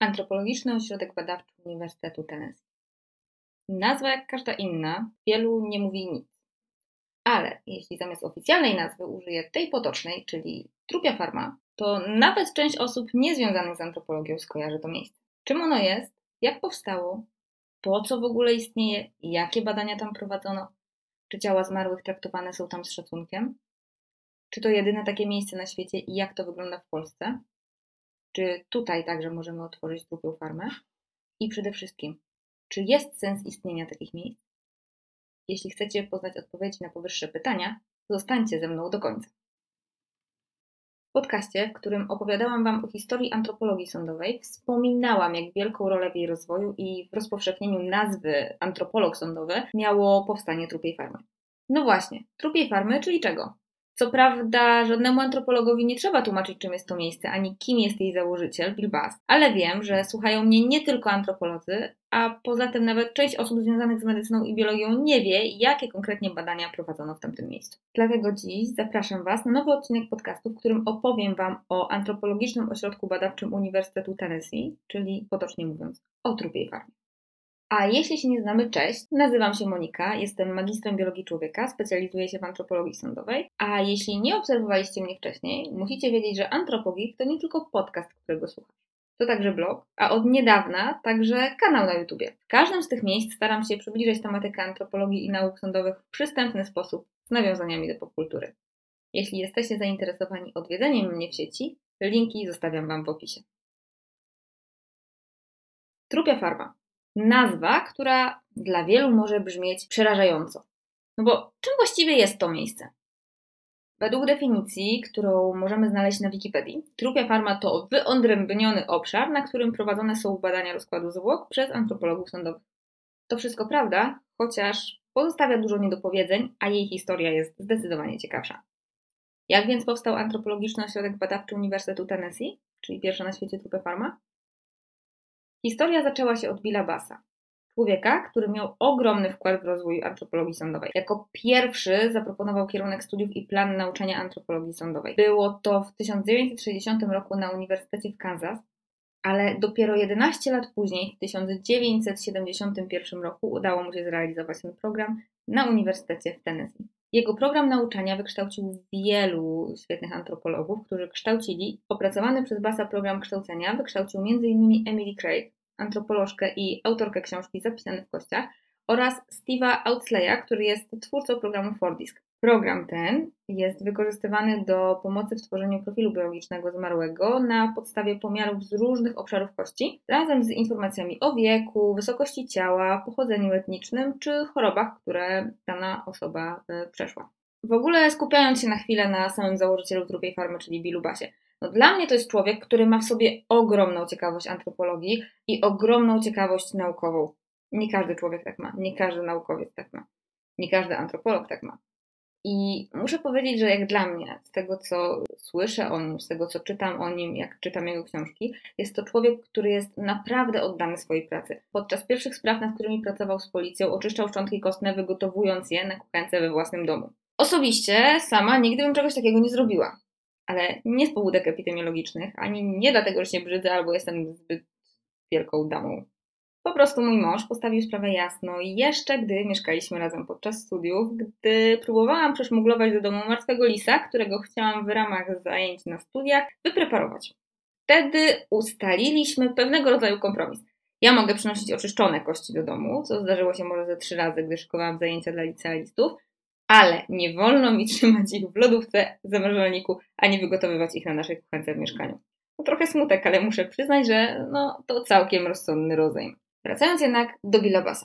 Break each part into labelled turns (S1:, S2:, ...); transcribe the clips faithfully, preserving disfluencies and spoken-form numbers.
S1: Antropologiczny Ośrodek Badawczy Uniwersytetu Tennessee. Nazwa jak każda inna, wielu nie mówi nic. Ale jeśli zamiast oficjalnej nazwy użyję tej potocznej, czyli Trupia Farma, to nawet część osób niezwiązanych z antropologią skojarzy to miejsce. Czym ono jest, jak powstało, po co w ogóle istnieje, jakie badania tam prowadzono, czy ciała zmarłych traktowane są tam z szacunkiem, czy to jedyne takie miejsce na świecie i jak to wygląda w Polsce, czy tutaj także możemy otworzyć Trupią Farmę i przede wszystkim, czy jest sens istnienia takich miejsc? Jeśli chcecie poznać odpowiedzi na powyższe pytania, zostańcie ze mną do końca. W podcaście, w którym opowiadałam Wam o historii antropologii sądowej, wspominałam, jak wielką rolę w jej rozwoju i w rozpowszechnieniu nazwy antropolog sądowy miało powstanie Trupiej Farmy. No właśnie, Trupiej Farmy, czyli czego? Co prawda żadnemu antropologowi nie trzeba tłumaczyć, czym jest to miejsce, ani kim jest jej założyciel, Bill Bass, ale wiem, że słuchają mnie nie tylko antropolodzy, a poza tym nawet część osób związanych z medycyną i biologią nie wie, jakie konkretnie badania prowadzono w tamtym miejscu. Dlatego dziś zapraszam Was na nowy odcinek podcastu, w którym opowiem Wam o Antropologicznym Ośrodku Badawczym Uniwersytetu Tennessee, czyli potocznie mówiąc o Trupiej Farmie. A jeśli się nie znamy, cześć, nazywam się Monika, jestem magistrem biologii człowieka, specjalizuję się w antropologii sądowej, a jeśli nie obserwowaliście mnie wcześniej, musicie wiedzieć, że Antropogik to nie tylko podcast, którego słuchasz. To także blog, a od niedawna także kanał na YouTubie. W każdym z tych miejsc staram się przybliżać tematykę antropologii i nauk sądowych w przystępny sposób z nawiązaniami do popkultury. Jeśli jesteście zainteresowani odwiedzeniem mnie w sieci, linki zostawiam Wam w opisie. Trupia Farma. Nazwa, która dla wielu może brzmieć przerażająco. No bo czym właściwie jest to miejsce? Według definicji, którą możemy znaleźć na Wikipedii, Trupia Farma to wyodrębniony obszar, na którym prowadzone są badania rozkładu zwłok przez antropologów sądowych. To wszystko prawda, chociaż pozostawia dużo niedopowiedzeń, a jej historia jest zdecydowanie ciekawsza. Jak więc powstał Antropologiczny Ośrodek Badawczy Uniwersytetu Tennessee, czyli pierwsza na świecie Trupia Farma? Historia zaczęła się od Billa Bassa, człowieka, który miał ogromny wkład w rozwój antropologii sądowej. Jako pierwszy zaproponował kierunek studiów i plan nauczania antropologii sądowej. Było to w tysiąc dziewięćset sześćdziesiątym roku na Uniwersytecie w Kansas, ale dopiero jedenaście lat później, w tysiąc dziewięćset siedemdziesiątym pierwszym roku, udało mu się zrealizować ten program na Uniwersytecie w Tennessee. Jego program nauczania wykształcił wielu świetnych antropologów, którzy kształcili. Opracowany przez Bassa program kształcenia wykształcił m.in. Emily Craig, antropolożkę i autorkę książki Zapisane w kościach, oraz Steve'a Outsleya, który jest twórcą programu FORDISC. Program ten jest wykorzystywany do pomocy w tworzeniu profilu biologicznego zmarłego na podstawie pomiarów z różnych obszarów kości, razem z informacjami o wieku, wysokości ciała, pochodzeniu etnicznym czy chorobach, które dana osoba przeszła. W ogóle skupiając się na chwilę na samym założycielu Trupiej Farmy, czyli Billu Bassie. No dla mnie to jest człowiek, który ma w sobie ogromną ciekawość antropologii i ogromną ciekawość naukową. Nie każdy człowiek tak ma, nie każdy naukowiec tak ma, nie każdy antropolog tak ma. I muszę powiedzieć, że jak dla mnie, z tego co słyszę o nim, z tego co czytam o nim, jak czytam jego książki, jest to człowiek, który jest naprawdę oddany swojej pracy. Podczas pierwszych spraw, nad którymi pracował z policją, oczyszczał szczątki kostne, wygotowując je na kuchence we własnym domu. Osobiście sama nigdy bym czegoś takiego nie zrobiła. Ale nie z pobudek epidemiologicznych, ani nie dlatego, że się brzydzę albo jestem zbyt wielką damą. Po prostu mój mąż postawił sprawę jasno i jeszcze gdy mieszkaliśmy razem podczas studiów, gdy próbowałam przeszmuglować do domu martwego lisa, którego chciałam w ramach zajęć na studiach wypreparować. Wtedy ustaliliśmy pewnego rodzaju kompromis. Ja mogę przynosić oczyszczone kości do domu, co zdarzyło się może ze trzy razy, gdy szykowałam zajęcia dla licealistów, ale nie wolno mi trzymać ich w lodówce, w zamrażalniku, ani wygotowywać ich na naszej kuchence w mieszkaniu. No trochę smutek, ale muszę przyznać, że no, to całkiem rozsądny rozejm. Wracając jednak do Billa Bassa.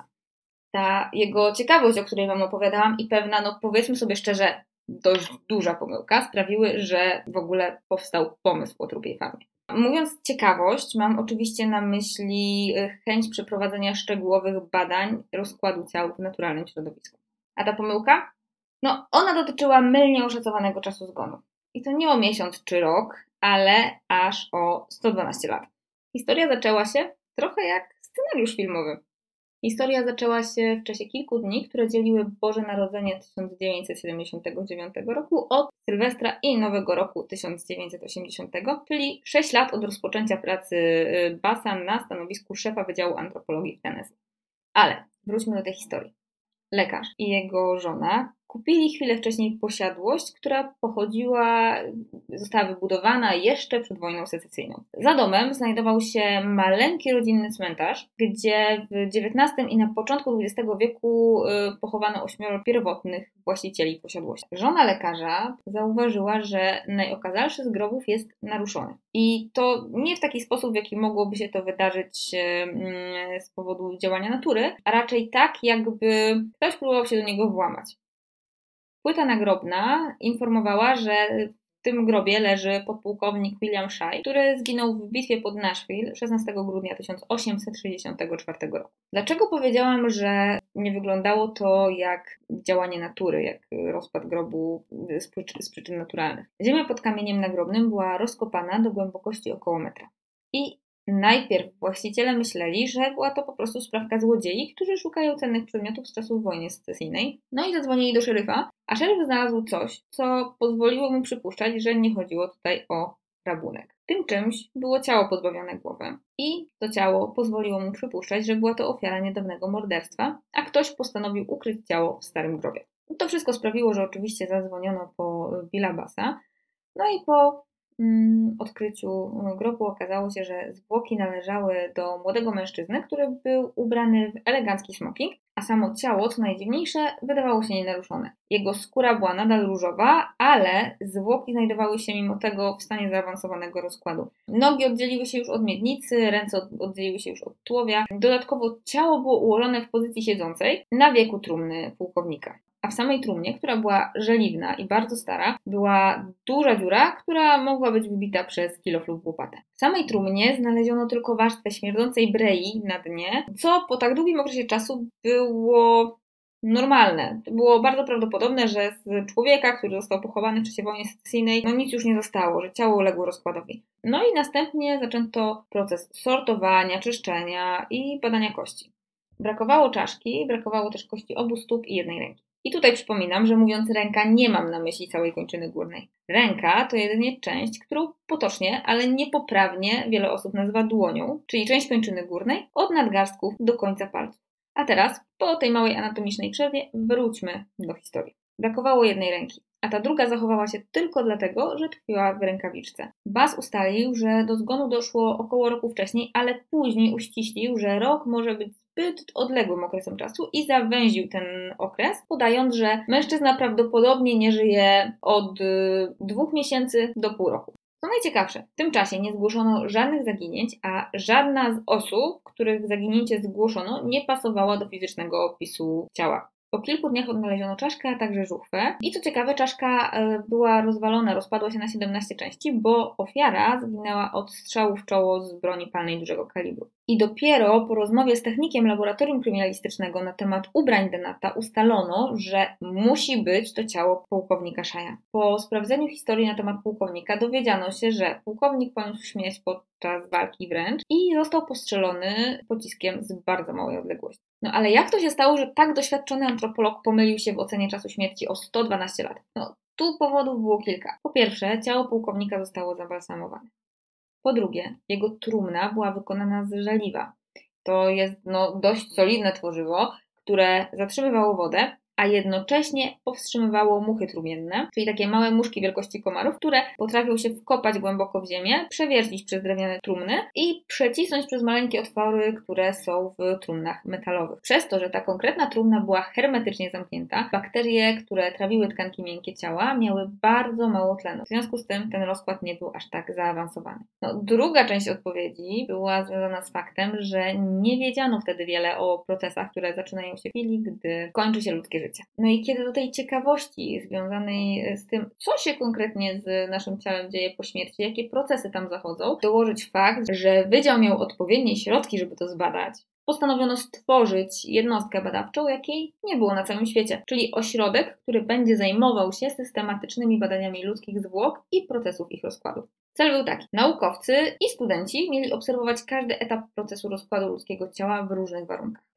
S1: Ta jego ciekawość, o której Wam opowiadałam i pewna, no powiedzmy sobie szczerze, dość duża pomyłka sprawiły, że w ogóle powstał pomysł o Trupiej Farmie. Mówiąc ciekawość, mam oczywiście na myśli chęć przeprowadzenia szczegółowych badań rozkładu ciał w naturalnym środowisku. A ta pomyłka? No, ona dotyczyła mylnie oszacowanego czasu zgonu. I to nie o miesiąc czy rok, ale aż o sto dwanaście lat. Historia zaczęła się trochę jak scenariusz filmowy. Historia zaczęła się w czasie kilku dni, które dzieliły Boże Narodzenie tysiąc dziewięćset siedemdziesiątego dziewiątego roku od Sylwestra i Nowego Roku tysiąc dziewięćset osiemdziesiątego, czyli sześć lat od rozpoczęcia pracy Bassa na stanowisku szefa Wydziału Antropologii w Tennessee. Ale wróćmy do tej historii. Lekarz i jego żona kupili chwilę wcześniej posiadłość, która pochodziła, została wybudowana jeszcze przed wojną secesyjną. Za domem znajdował się maleńki rodzinny cmentarz, gdzie w dziewiętnastym i na początku dwudziestego wieku pochowano ośmioro pierwotnych właścicieli posiadłości. Żona lekarza zauważyła, że najokazalszy z grobów jest naruszony. I to nie w taki sposób, w jaki mogłoby się to wydarzyć z powodu działania natury, a raczej tak, jakby ktoś próbował się do niego włamać. Płyta nagrobna informowała, że w tym grobie leży podpułkownik William Shy, który zginął w bitwie pod Nashville szesnastego grudnia tysiąc osiemset sześćdziesiątego czwartego roku. Dlaczego powiedziałam, że nie wyglądało to jak działanie natury, jak rozpad grobu z przyczyn, z przyczyn naturalnych? Ziemia pod kamieniem nagrobnym była rozkopana do głębokości około metra. I najpierw właściciele myśleli, że była to po prostu sprawka złodziei, którzy szukają cennych przedmiotów z czasów wojny secesyjnej. No i zadzwonili do szeryfa, a szeryf znalazł coś, co pozwoliło mu przypuszczać, że nie chodziło tutaj o rabunek. Tym czymś było ciało pozbawione głowy i to ciało pozwoliło mu przypuszczać, że była to ofiara niedawnego morderstwa, a ktoś postanowił ukryć ciało w starym grobie. To wszystko sprawiło, że oczywiście zadzwoniono po Billa Bassa, no i po odkryciu grobu okazało się, że zwłoki należały do młodego mężczyzny, który był ubrany w elegancki smoking, a samo ciało, co najdziwniejsze, wydawało się nienaruszone. Jego skóra była nadal różowa, ale zwłoki znajdowały się mimo tego w stanie zaawansowanego rozkładu. Nogi oddzieliły się już od miednicy, ręce oddzieliły się już od tułowia. Dodatkowo ciało było ułożone w pozycji siedzącej na wieku trumny pułkownika. A w samej trumnie, która była żeliwna i bardzo stara, była duża dziura, która mogła być wybita przez kilof lub łopatę. W samej trumnie znaleziono tylko warstwę śmierdzącej brei na dnie, co po tak długim okresie czasu było normalne. To było bardzo prawdopodobne, że z człowieka, który został pochowany w czasie wojny secesyjnej, no nic już nie zostało, że ciało uległo rozkładowi. No i następnie zaczęto proces sortowania, czyszczenia i badania kości. Brakowało czaszki, brakowało też kości obu stóp i jednej ręki. I tutaj przypominam, że mówiąc ręka nie mam na myśli całej kończyny górnej. Ręka to jedynie część, którą potocznie, ale niepoprawnie wiele osób nazywa dłonią, czyli część kończyny górnej od nadgarstków do końca palców. A teraz, po tej małej anatomicznej przerwie, wróćmy do historii. Brakowało jednej ręki, a ta druga zachowała się tylko dlatego, że tkwiła w rękawiczce. Bass ustalił, że do zgonu doszło około roku wcześniej, ale później uściślił, że rok może być zbyt odległym okresem czasu i zawęził ten okres, podając, że mężczyzna prawdopodobnie nie żyje od dwóch miesięcy do pół roku. Co najciekawsze, w tym czasie nie zgłoszono żadnych zaginięć, a żadna z osób, których zaginięcie zgłoszono, nie pasowała do fizycznego opisu ciała. Po kilku dniach odnaleziono czaszkę, a także żuchwę. I co ciekawe, czaszka była rozwalona, rozpadła się na siedemnaście części, bo ofiara zginęła od strzału w czoło z broni palnej dużego kalibru. I dopiero po rozmowie z technikiem laboratorium kryminalistycznego na temat ubrań Denata ustalono, że musi być to ciało pułkownika Shya. Po sprawdzeniu historii na temat pułkownika dowiedziano się, że pułkownik poniósł śmierć podczas walki wręcz i został postrzelony pociskiem z bardzo małej odległości. No ale jak to się stało, że tak doświadczony antropolog pomylił się w ocenie czasu śmierci o sto dwanaście lat? No tu powodów było kilka. Po pierwsze, ciało pułkownika zostało zabalsamowane. Po drugie, jego trumna była wykonana z żeliwa. To jest no, dość solidne tworzywo, które zatrzymywało wodę, a jednocześnie powstrzymywało muchy trumienne, czyli takie małe muszki wielkości komarów, które potrafią się wkopać głęboko w ziemię, przewiercić przez drewniane trumny i przecisnąć przez maleńkie otwory, które są w trumnach metalowych. Przez to, że ta konkretna trumna była hermetycznie zamknięta, bakterie, które trawiły tkanki miękkie ciała, miały bardzo mało tlenu. W związku z tym ten rozkład nie był aż tak zaawansowany. No, druga część odpowiedzi była związana z faktem, że nie wiedziano wtedy wiele o procesach, które zaczynają się w chwili, gdy kończy się ludzkie życie. No i kiedy do tej ciekawości związanej z tym, co się konkretnie z naszym ciałem dzieje po śmierci, jakie procesy tam zachodzą, dołożyć fakt, że wydział miał odpowiednie środki, żeby to zbadać, postanowiono stworzyć jednostkę badawczą, jakiej nie było na całym świecie, czyli ośrodek, który będzie zajmował się systematycznymi badaniami ludzkich zwłok i procesów ich rozkładu. Cel był taki. Naukowcy i studenci mieli obserwować każdy etap procesu rozkładu ludzkiego ciała w różnych warunkach.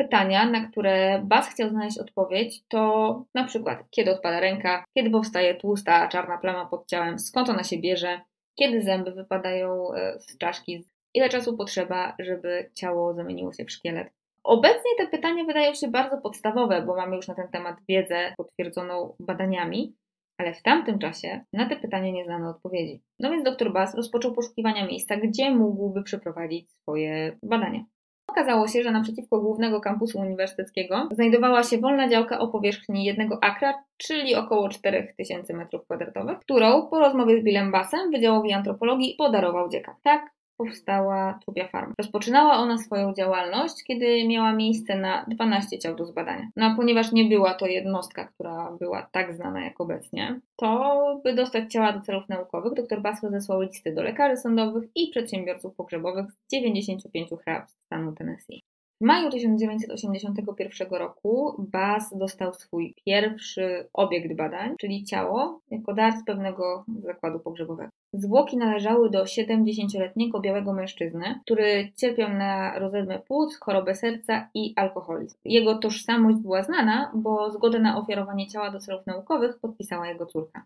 S1: pytania, na które Bas chciał znaleźć odpowiedź, to na przykład kiedy odpada ręka, kiedy powstaje tłusta czarna plama pod ciałem, skąd ona się bierze, kiedy zęby wypadają z czaszki, ile czasu potrzeba, żeby ciało zamieniło się w szkielet. Obecnie te pytania wydają się bardzo podstawowe, bo mamy już na ten temat wiedzę potwierdzoną badaniami, ale w tamtym czasie na te pytania nie znano odpowiedzi. No więc dr Bas rozpoczął poszukiwania miejsca, gdzie mógłby przeprowadzić swoje badania. Okazało się, że naprzeciwko głównego kampusu uniwersyteckiego znajdowała się wolna działka o powierzchni jednego akra, czyli około cztery tysiące metrów kwadratowych, którą po rozmowie z Billem Bassem Wydziałowi Antropologii podarował dziekan. Tak powstała Trupia Farm. Rozpoczynała ona swoją działalność, kiedy miała miejsce na dwanaście ciał do zbadania. No a ponieważ nie była to jednostka, która była tak znana jak obecnie, to by dostać ciała do celów naukowych, dr Bass rozesłał listy do lekarzy sądowych i przedsiębiorców pogrzebowych z dziewięćdziesięciu pięciu hrabstw stanu Tennessee. W maju tysiąc dziewięćset osiemdziesiątego pierwszego roku Bass dostał swój pierwszy obiekt badań, czyli ciało, jako dar z pewnego zakładu pogrzebowego. Zwłoki należały do siedemdziesięcioletniego białego mężczyzny, który cierpiał na rozedmę płuc, chorobę serca i alkoholizm. Jego tożsamość była znana, bo zgodę na ofiarowanie ciała do celów naukowych podpisała jego córka.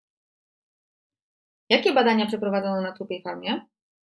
S1: Jakie badania przeprowadzono na Trupiej Farmie?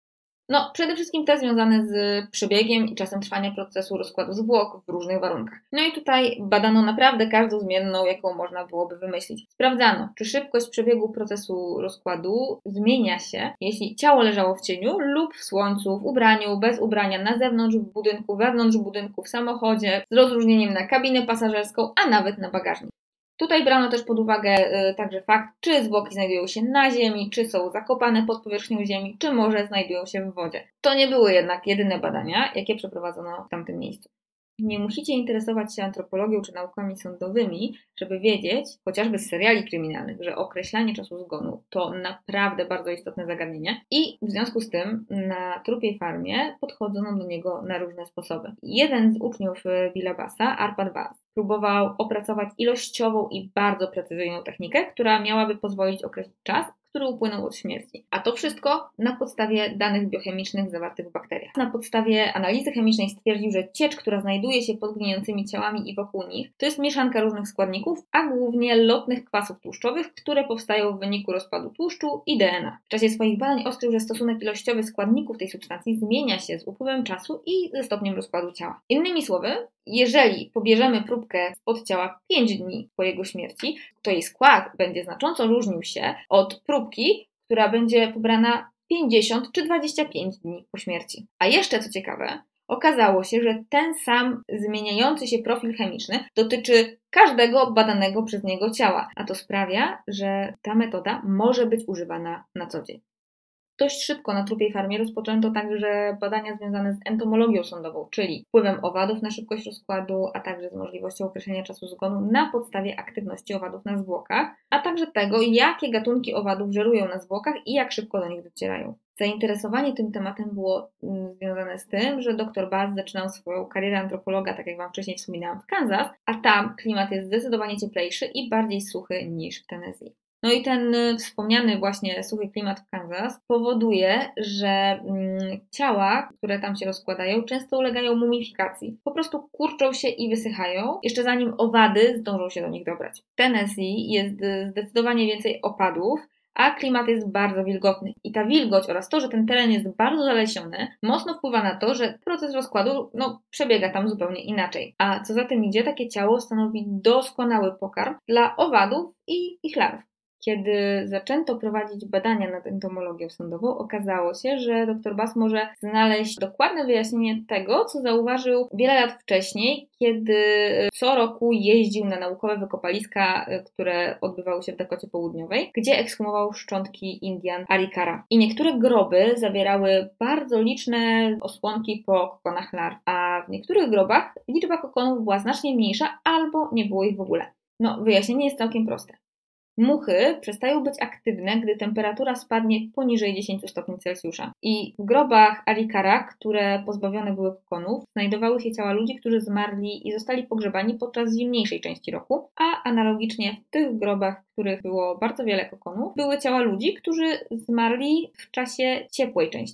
S1: No, przede wszystkim te związane z przebiegiem i czasem trwania procesu rozkładu zwłok w różnych warunkach. No i tutaj badano naprawdę każdą zmienną, jaką można byłoby wymyślić. Sprawdzano, czy szybkość przebiegu procesu rozkładu zmienia się, jeśli ciało leżało w cieniu lub w słońcu, w ubraniu, bez ubrania, na zewnątrz w budynku, wewnątrz budynku, w samochodzie, z rozróżnieniem na kabinę pasażerską, a nawet na bagażnik. Tutaj brano też pod uwagę y, także fakt, czy zwłoki znajdują się na ziemi, czy są zakopane pod powierzchnią ziemi, czy może znajdują się w wodzie. To nie były jednak jedyne badania, jakie przeprowadzono w tamtym miejscu. Nie musicie interesować się antropologią czy naukami sądowymi, żeby wiedzieć, chociażby z seriali kryminalnych, że określanie czasu zgonu to naprawdę bardzo istotne zagadnienie i w związku z tym na Trupiej Farmie podchodzono do niego na różne sposoby. Jeden z uczniów Billa Bassa, Arpad Bass, próbował opracować ilościową i bardzo precyzyjną technikę, która miałaby pozwolić określić czas, który upłynął od śmierci. A to wszystko na podstawie danych biochemicznych zawartych w bakteriach. Na podstawie analizy chemicznej stwierdził, że ciecz, która znajduje się pod gnijącymi ciałami i wokół nich, to jest mieszanka różnych składników, a głównie lotnych kwasów tłuszczowych, które powstają w wyniku rozpadu tłuszczu i D N A. W czasie swoich badań odkrył, że stosunek ilościowy składników tej substancji zmienia się z upływem czasu i ze stopniem rozkładu ciała. Innymi słowy, jeżeli pobierzemy próbkę spod ciała pięć dni po jego śmierci, to jej skład będzie znacząco różnił się od próbki, która będzie pobrana pięćdziesiąt czy dwadzieścia pięć dni po śmierci. A jeszcze co ciekawe, okazało się, że ten sam zmieniający się profil chemiczny dotyczy każdego badanego przez niego ciała, a to sprawia, że ta metoda może być używana na co dzień. Dość szybko na Trupiej Farmie rozpoczęto także badania związane z entomologią sądową, czyli wpływem owadów na szybkość rozkładu, a także z możliwością określenia czasu zgonu na podstawie aktywności owadów na zwłokach, a także tego, jakie gatunki owadów żerują na zwłokach i jak szybko do nich docierają. Zainteresowanie tym tematem było związane z tym, że dr Bass zaczynał swoją karierę antropologa, tak jak Wam wcześniej wspominałam, w Kansas, a tam klimat jest zdecydowanie cieplejszy i bardziej suchy niż w Tennessee. No i ten wspomniany właśnie suchy klimat w Kansas powoduje, że mm, ciała, które tam się rozkładają, często ulegają mumifikacji. Po prostu kurczą się i wysychają, jeszcze zanim owady zdążą się do nich dobrać. W Tennessee jest zdecydowanie więcej opadów, a klimat jest bardzo wilgotny. I ta wilgoć oraz to, że ten teren jest bardzo zalesiony, mocno wpływa na to, że proces rozkładu no, przebiega tam zupełnie inaczej. A co za tym idzie, takie ciało stanowi doskonały pokarm dla owadów i ich larw. Kiedy zaczęto prowadzić badania nad entomologią sądową, okazało się, że dr Bass może znaleźć dokładne wyjaśnienie tego, co zauważył wiele lat wcześniej, kiedy co roku jeździł na naukowe wykopaliska, które odbywały się w Dakocie Południowej, gdzie ekshumował szczątki Indian Arikara. I niektóre groby zawierały bardzo liczne osłonki po kokonach larw, a w niektórych grobach liczba kokonów była znacznie mniejsza albo nie było ich w ogóle. No, wyjaśnienie jest całkiem proste. Muchy przestają być aktywne, gdy temperatura spadnie poniżej dziesięć stopni Celsjusza. I w grobach Arikara, które pozbawione były kokonów, znajdowały się ciała ludzi, którzy zmarli i zostali pogrzebani podczas zimniejszej części roku, a analogicznie w tych grobach, w których było bardzo wiele kokonów, były ciała ludzi, którzy zmarli w czasie ciepłej części roku.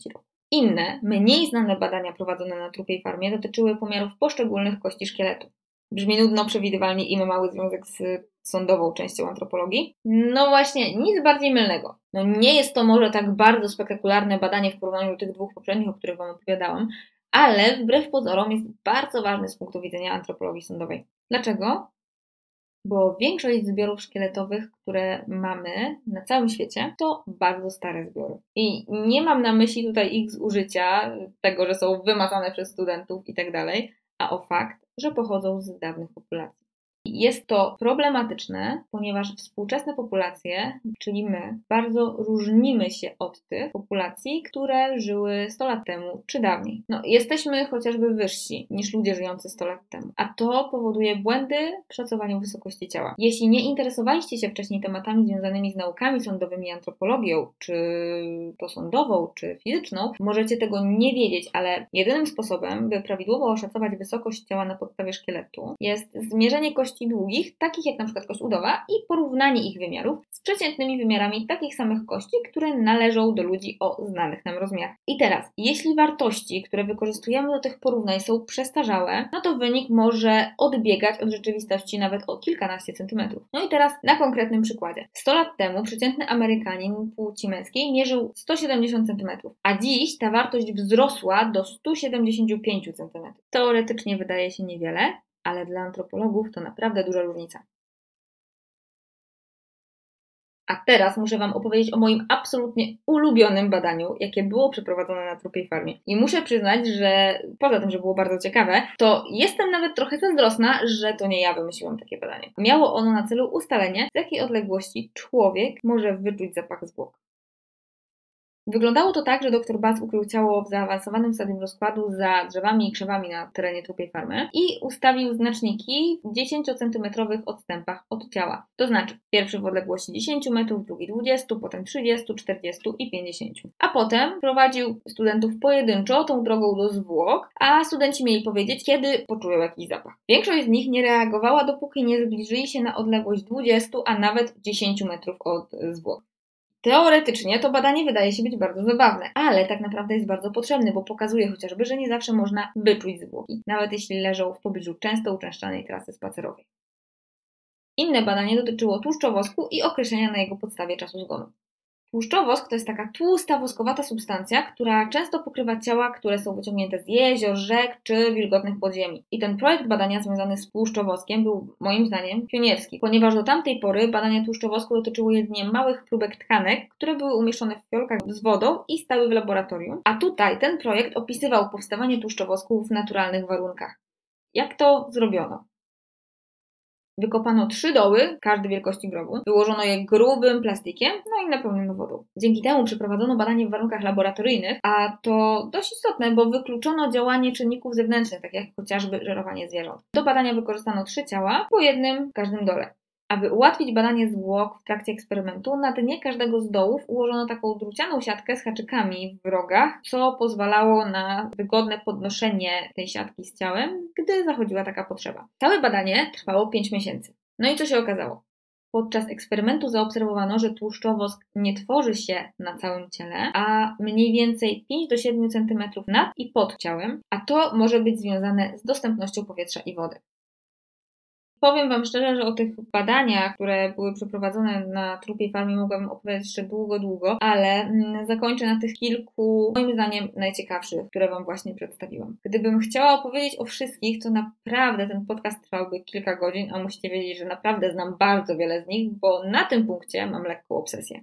S1: Inne, mniej znane badania prowadzone na trupiej farmie dotyczyły pomiarów poszczególnych kości szkieletu. Brzmi nudno, przewidywalnie i ma mały związek z sądową częścią antropologii. No właśnie, nic bardziej mylnego. No nie jest to może tak bardzo spektakularne badanie w porównaniu do tych dwóch poprzednich, o których Wam opowiadałam, ale wbrew pozorom jest bardzo ważny z punktu widzenia antropologii sądowej. Dlaczego? Bo większość zbiorów szkieletowych, które mamy na całym świecie, to bardzo stare zbiory. I nie mam na myśli tutaj ich zużycia, tego, że są wymazane przez studentów i tak dalej, a o fakt, że pochodzą z dawnych populacji. Jest to problematyczne, ponieważ współczesne populacje, czyli my, bardzo różnimy się od tych populacji, które żyły sto lat temu czy dawniej. No, jesteśmy chociażby wyżsi niż ludzie żyjący sto lat temu, a to powoduje błędy w szacowaniu wysokości ciała. Jeśli nie interesowaliście się wcześniej tematami związanymi z naukami sądowymi, antropologią, czy to sądową, czy fizyczną, możecie tego nie wiedzieć, ale jedynym sposobem, by prawidłowo oszacować wysokość ciała na podstawie szkieletu, jest zmierzenie kości długich, takich jak na przykład kość udowa, i porównanie ich wymiarów z przeciętnymi wymiarami takich samych kości, które należą do ludzi o znanych nam rozmiarach. I teraz, jeśli wartości, które wykorzystujemy do tych porównań, są przestarzałe, no to wynik może odbiegać od rzeczywistości nawet o kilkanaście centymetrów. No i teraz na konkretnym przykładzie. sto lat temu przeciętny Amerykanin płci męskiej mierzył sto siedemdziesiąt centymetrów, a dziś ta wartość wzrosła do sto siedemdziesiąt pięć centymetrów. Teoretycznie wydaje się niewiele, ale dla antropologów to naprawdę duża różnica. A teraz muszę Wam opowiedzieć o moim absolutnie ulubionym badaniu, jakie było przeprowadzone na trupiej farmie. I muszę przyznać, że poza tym, że było bardzo ciekawe, to jestem nawet trochę zazdrosna, że to nie ja wymyśliłam takie badanie. Miało ono na celu ustalenie, z jakiej odległości człowiek może wyczuć zapach zwłok. Wyglądało to tak, że dr Bass ukrył ciało w zaawansowanym stadium rozkładu za drzewami i krzewami na terenie trupiej farmy i ustawił znaczniki w dziesięciocentymetrowych odstępach od ciała. To znaczy pierwszy w odległości dziesięć metrów, drugi dwadzieścia, potem trzydzieści, czterdzieści i pięćdziesiąt. A potem prowadził studentów pojedynczo tą drogą do zwłok, a studenci mieli powiedzieć, kiedy poczują jakiś zapach. Większość z nich nie reagowała, dopóki nie zbliżyli się na odległość dwadzieścia, a nawet dziesięć metrów od zwłok. Teoretycznie to badanie wydaje się być bardzo zabawne, ale tak naprawdę jest bardzo potrzebne, bo pokazuje chociażby, że nie zawsze można wyczuć zwłoki, nawet jeśli leżą w pobliżu często uczęszczanej trasy spacerowej. Inne badanie dotyczyło tłuszczowosku i określenia na jego podstawie czasu zgonu. Tłuszczowosk to jest taka tłusta, woskowata substancja, która często pokrywa ciała, które są wyciągnięte z jezior, rzek czy wilgotnych podziemi. I ten projekt badania związany z tłuszczowoskiem był moim zdaniem pionierski, ponieważ do tamtej pory badania tłuszczowosku dotyczyły jedynie małych próbek tkanek, które były umieszczone w fiolkach z wodą i stały w laboratorium, a tutaj ten projekt opisywał powstawanie tłuszczowosku w naturalnych warunkach. Jak to zrobiono? Wykopano trzy doły, każdy wielkości grobu, wyłożono je grubym plastikiem, no i napełniono wodą. Dzięki temu przeprowadzono badanie w warunkach laboratoryjnych, a to dość istotne, bo wykluczono działanie czynników zewnętrznych, tak jak chociażby żerowanie zwierząt. Do badania wykorzystano trzy ciała, po jednym w każdym dole. Aby ułatwić badanie zwłok w trakcie eksperymentu, na dnie każdego z dołów ułożono taką drucianą siatkę z haczykami w rogach, co pozwalało na wygodne podnoszenie tej siatki z ciałem, gdy zachodziła taka potrzeba. Całe badanie trwało pięć miesięcy. No i co się okazało? Podczas eksperymentu zaobserwowano, że tłuszczowosk nie tworzy się na całym ciele, a mniej więcej pięć do siedmiu centymetrów nad i pod ciałem, a to może być związane z dostępnością powietrza i wody. Powiem Wam szczerze, że o tych badaniach, które były przeprowadzone na trupiej farmie, mogłabym opowiadać jeszcze długo, długo, ale zakończę na tych kilku, moim zdaniem, najciekawszych, które Wam właśnie przedstawiłam. Gdybym chciała opowiedzieć o wszystkich, to naprawdę ten podcast trwałby kilka godzin, a musicie wiedzieć, że naprawdę znam bardzo wiele z nich, bo na tym punkcie mam lekką obsesję.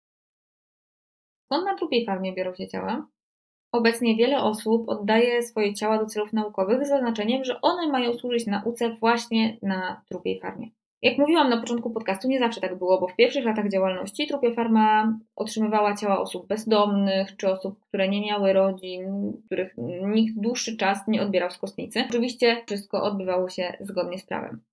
S1: Skąd na trupiej farmie biorą się ciała? Obecnie wiele osób oddaje swoje ciała do celów naukowych z zaznaczeniem, że one mają służyć nauce właśnie na trupiej farmie. Jak mówiłam na początku podcastu, nie zawsze tak było, bo w pierwszych latach działalności trupia farma otrzymywała ciała osób bezdomnych, czy osób, które nie miały rodzin, których nikt dłuższy czas nie odbierał z kostnicy. Oczywiście wszystko odbywało się zgodnie z prawem.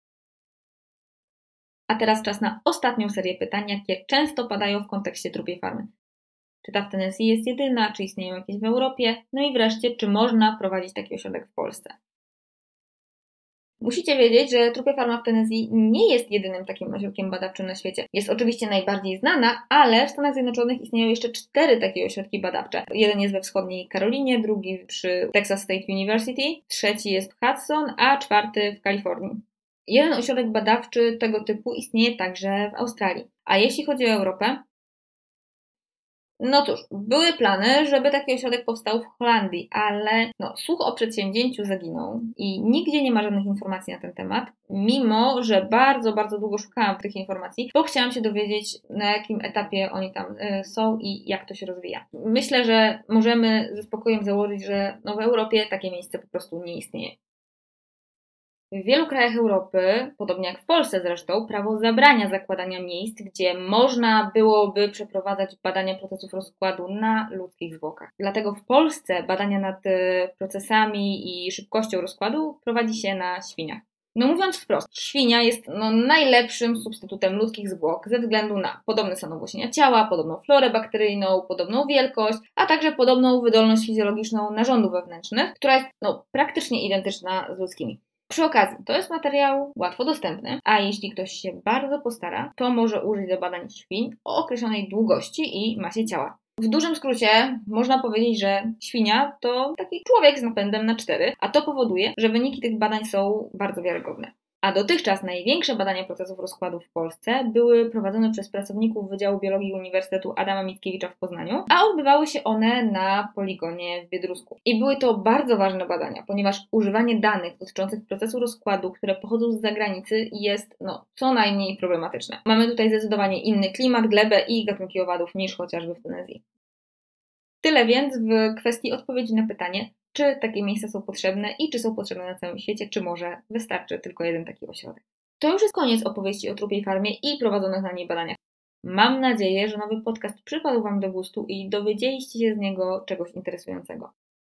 S1: A teraz czas na ostatnią serię pytań, jakie często padają w kontekście trupiej farmy. Czy ta w Tennessee jest jedyna, czy istnieją jakieś w Europie? No i wreszcie, czy można prowadzić taki ośrodek w Polsce? Musicie wiedzieć, że Trupie Farma w Tennessee nie jest jedynym takim ośrodkiem badawczym na świecie. Jest oczywiście najbardziej znana, ale w Stanach Zjednoczonych istnieją jeszcze cztery takie ośrodki badawcze. Jeden jest we wschodniej Karolinie, drugi przy Texas State University, trzeci jest w Hudson, a czwarty w Kalifornii. Jeden ośrodek badawczy tego typu istnieje także w Australii. A jeśli chodzi o Europę, no cóż, były plany, żeby taki ośrodek powstał w Holandii, ale no, słuch o przedsięwzięciu zaginął i nigdzie nie ma żadnych informacji na ten temat, mimo że bardzo, bardzo długo szukałam tych informacji, bo chciałam się dowiedzieć, na jakim etapie oni tam y, są i jak to się rozwija. Myślę, że możemy ze spokojem założyć, że no, w Europie takie miejsce po prostu nie istnieje. W wielu krajach Europy, podobnie jak w Polsce zresztą, prawo zabrania zakładania miejsc, gdzie można byłoby przeprowadzać badania procesów rozkładu na ludzkich zwłokach. Dlatego w Polsce badania nad procesami i szybkością rozkładu prowadzi się na świniach. No mówiąc wprost, świnia jest no, najlepszym substytutem ludzkich zwłok ze względu na podobny stan nagłośnienia ciała, podobną florę bakteryjną, podobną wielkość, a także podobną wydolność fizjologiczną narządów wewnętrznych, która jest no, praktycznie identyczna z ludzkimi. Przy okazji, to jest materiał łatwo dostępny, a jeśli ktoś się bardzo postara, to może użyć do badań świń o określonej długości i masie ciała. W dużym skrócie można powiedzieć, że świnia to taki człowiek z napędem na cztery, a to powoduje, że wyniki tych badań są bardzo wiarygodne. A dotychczas największe badania procesów rozkładu w Polsce były prowadzone przez pracowników Wydziału Biologii Uniwersytetu Adama Mickiewicza w Poznaniu, a odbywały się one na poligonie w Biedrusku. I były to bardzo ważne badania, ponieważ używanie danych dotyczących procesu rozkładu, które pochodzą z zagranicy, jest no, co najmniej problematyczne. Mamy tutaj zdecydowanie inny klimat, glebę i gatunki owadów niż chociażby w Tunezji. Tyle więc w kwestii odpowiedzi na pytanie, czy takie miejsca są potrzebne i czy są potrzebne na całym świecie, czy może wystarczy tylko jeden taki ośrodek. To już jest koniec opowieści o Trupiej Farmie i prowadzonych na niej badaniach. Mam nadzieję, że nowy podcast przypadł Wam do gustu i dowiedzieliście się z niego czegoś interesującego.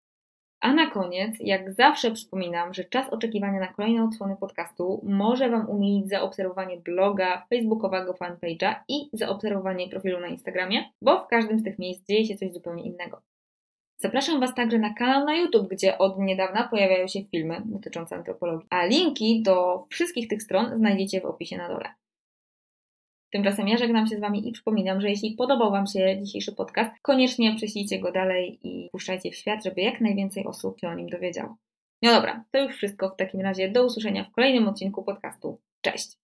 S1: A na koniec, jak zawsze przypominam, że czas oczekiwania na kolejne odsłony podcastu może Wam umilić zaobserwowanie bloga, facebookowego fanpage'a i zaobserwowanie profilu na Instagramie, bo w każdym z tych miejsc dzieje się coś zupełnie innego. Zapraszam Was także na kanał na YouTube, gdzie od niedawna pojawiają się filmy dotyczące antropologii, a linki do wszystkich tych stron znajdziecie w opisie na dole. Tymczasem ja żegnam się z Wami i przypominam, że jeśli podobał Wam się dzisiejszy podcast, koniecznie prześlijcie go dalej i puszczajcie w świat, żeby jak najwięcej osób się o nim dowiedziało. No dobra, to już wszystko w takim razie. Do usłyszenia w kolejnym odcinku podcastu. Cześć!